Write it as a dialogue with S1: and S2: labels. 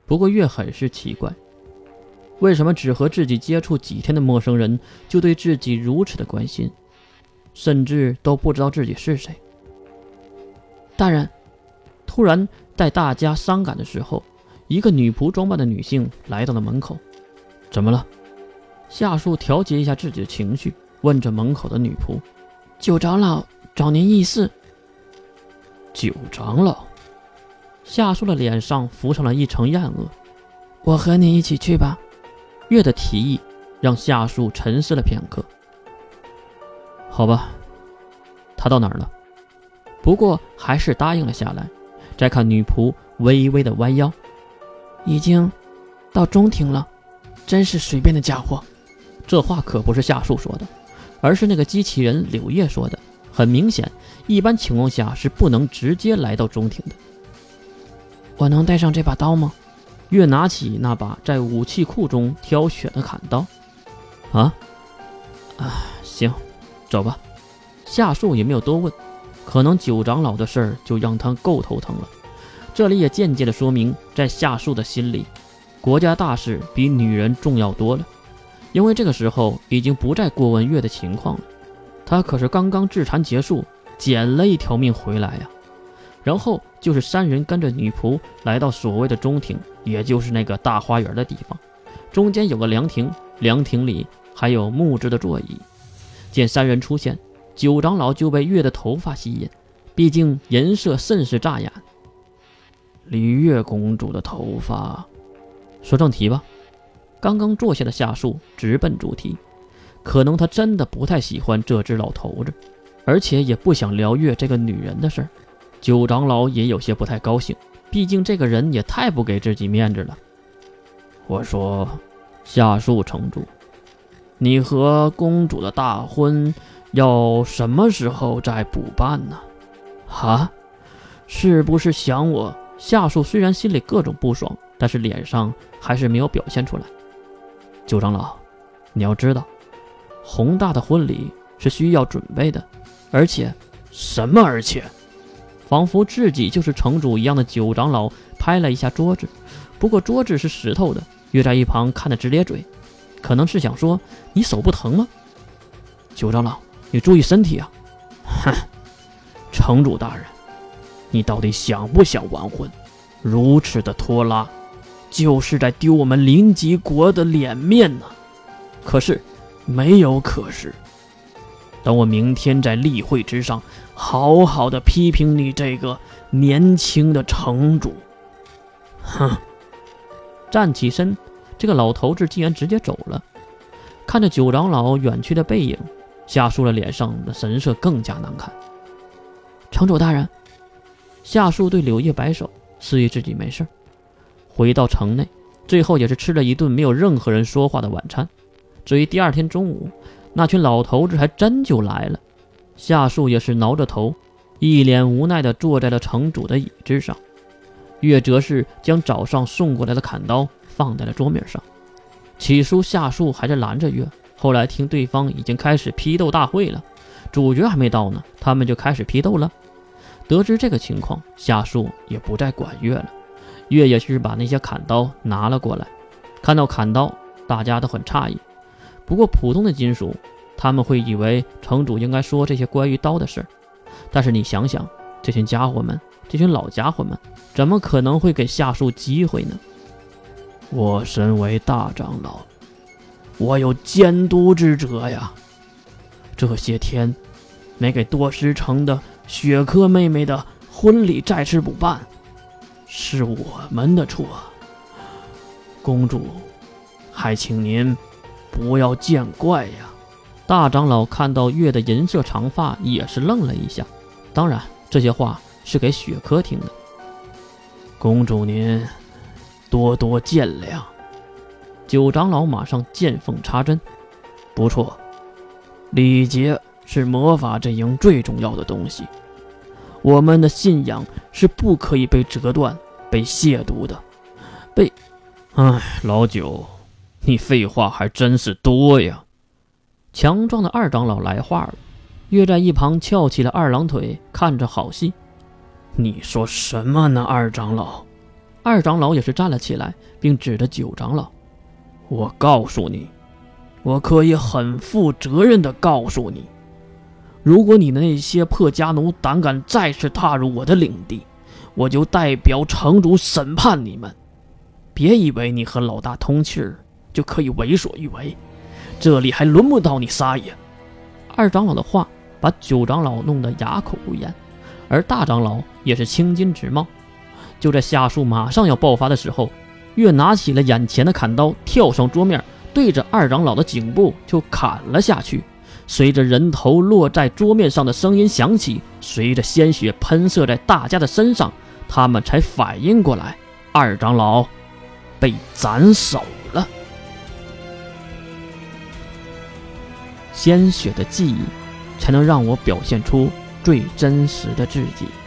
S1: 不过岳很是奇怪，为什么只和自己接触几天的陌生人就对自己如此的关心，甚至都不知道自己是谁。大人，突然在大家伤感的时候，一个女仆装扮的女性来到了门口。怎么了？夏树调节一下自己的情绪，问着门口的女仆。九长老找您议事。九长老？夏树的脸上浮上了一层厌恶。我和你一起去吧。月的提议让夏树沉思了片刻。好吧，他到哪儿了？不过还是答应了下来。再看女仆微微的弯腰，已经到中庭了，真是随便的家伙。这话可不是夏树说的，而是那个机器人柳叶说的。很明显，一般情况下是不能直接来到中庭的。我能带上这把刀吗？月拿起那把在武器库中挑选的砍刀。行，走吧。夏树也没有多问，可能九长老的事儿就让他够头疼了。这里也间接的说明，在夏树的心里，国家大事比女人重要多了。因为这个时候已经不再过问月的情况了，他可是刚刚治残结束，捡了一条命回来呀。然后就是三人跟着女仆来到所谓的中庭，也就是那个大花园的地方。中间有个凉亭，凉亭里还有木质的座椅。见三人出现，九长老就被月的头发吸引，毕竟颜色甚是扎眼。李月公主的头发。说正题吧。刚刚坐下的夏树直奔主题，可能他真的不太喜欢这只老头子，而且也不想聊月这个女人的事儿。九长老也有些不太高兴，毕竟这个人也太不给自己面子了。我说，夏树城主，你和公主的大婚要什么时候再补办呢？是不是想我？夏树虽然心里各种不爽，但是脸上还是没有表现出来。九长老，你要知道，宏大的婚礼是需要准备的，而且什么而且？仿佛自己就是城主一样的九长老拍了一下桌子，不过桌子是石头的。约在一旁看得直咧嘴，可能是想说，你手不疼吗？九长老，你注意身体啊。城主大人，你到底想不想完婚？如此的拖拉，就是在丢我们临吉国的脸面呢。可是没有可是，等我明天在例会之上好好的批评你这个年轻的城主。站起身，这个老头子竟然直接走了。看着九长老远去的背影，夏树的脸上的神色更加难看。城主大人，夏树对柳叶摆手，示意自己没事。回到城内，最后也是吃了一顿没有任何人说话的晚餐。至于第二天中午，那群老头子还真就来了。夏树也是挠着头，一脸无奈地坐在了城主的椅子上。月则是将早上送过来的砍刀放在了桌面上。起初夏树还在拦着月，后来听对方已经开始批斗大会了，主角还没到呢，他们就开始批斗了。得知这个情况，夏树也不再管月了。月也是把那些砍刀拿了过来。看到砍刀，大家都很诧异。不过普通的金属，他们会以为城主应该说这些关于刀的事儿。但是你想想，这群家伙们，这群老家伙们，怎么可能会给夏树机会呢？我身为大长老，我有监督之责呀。这些天没给多石城的雪珂妹妹的婚礼再次补办，是我们的错。公主，还请您不要见怪呀。大长老看到月的银色长发也是愣了一下，当然这些话是给雪珂听的。公主您多多见谅。九长老马上见缝插针，不错，礼节是魔法阵营最重要的东西，我们的信仰是不可以被折断、被亵渎的。老九，你废话还真是多呀。强壮的二长老来话了，约在一旁翘起了二郎腿，看着好戏。你说什么呢，二长老？ 二长老也是站了起来，并指着九长老：“我告诉你，我可以很负责任地告诉你，如果你的那些破家奴胆敢再次踏入我的领地，我就代表城主审判你们。别以为你和老大通气儿就可以为所欲为，这里还轮不到你撒野。”二长老的话把九长老弄得哑口无言，而大长老也是青筋直冒。就在夏树马上要爆发的时候，月拿起了眼前的砍刀，跳上桌面，对着二长老的颈部就砍了下去。随着人头落在桌面上的声音响起，随着鲜血喷射在大家的身上，他们才反应过来，二长老被斩首了。鲜血的记忆才能让我表现出最真实的自己。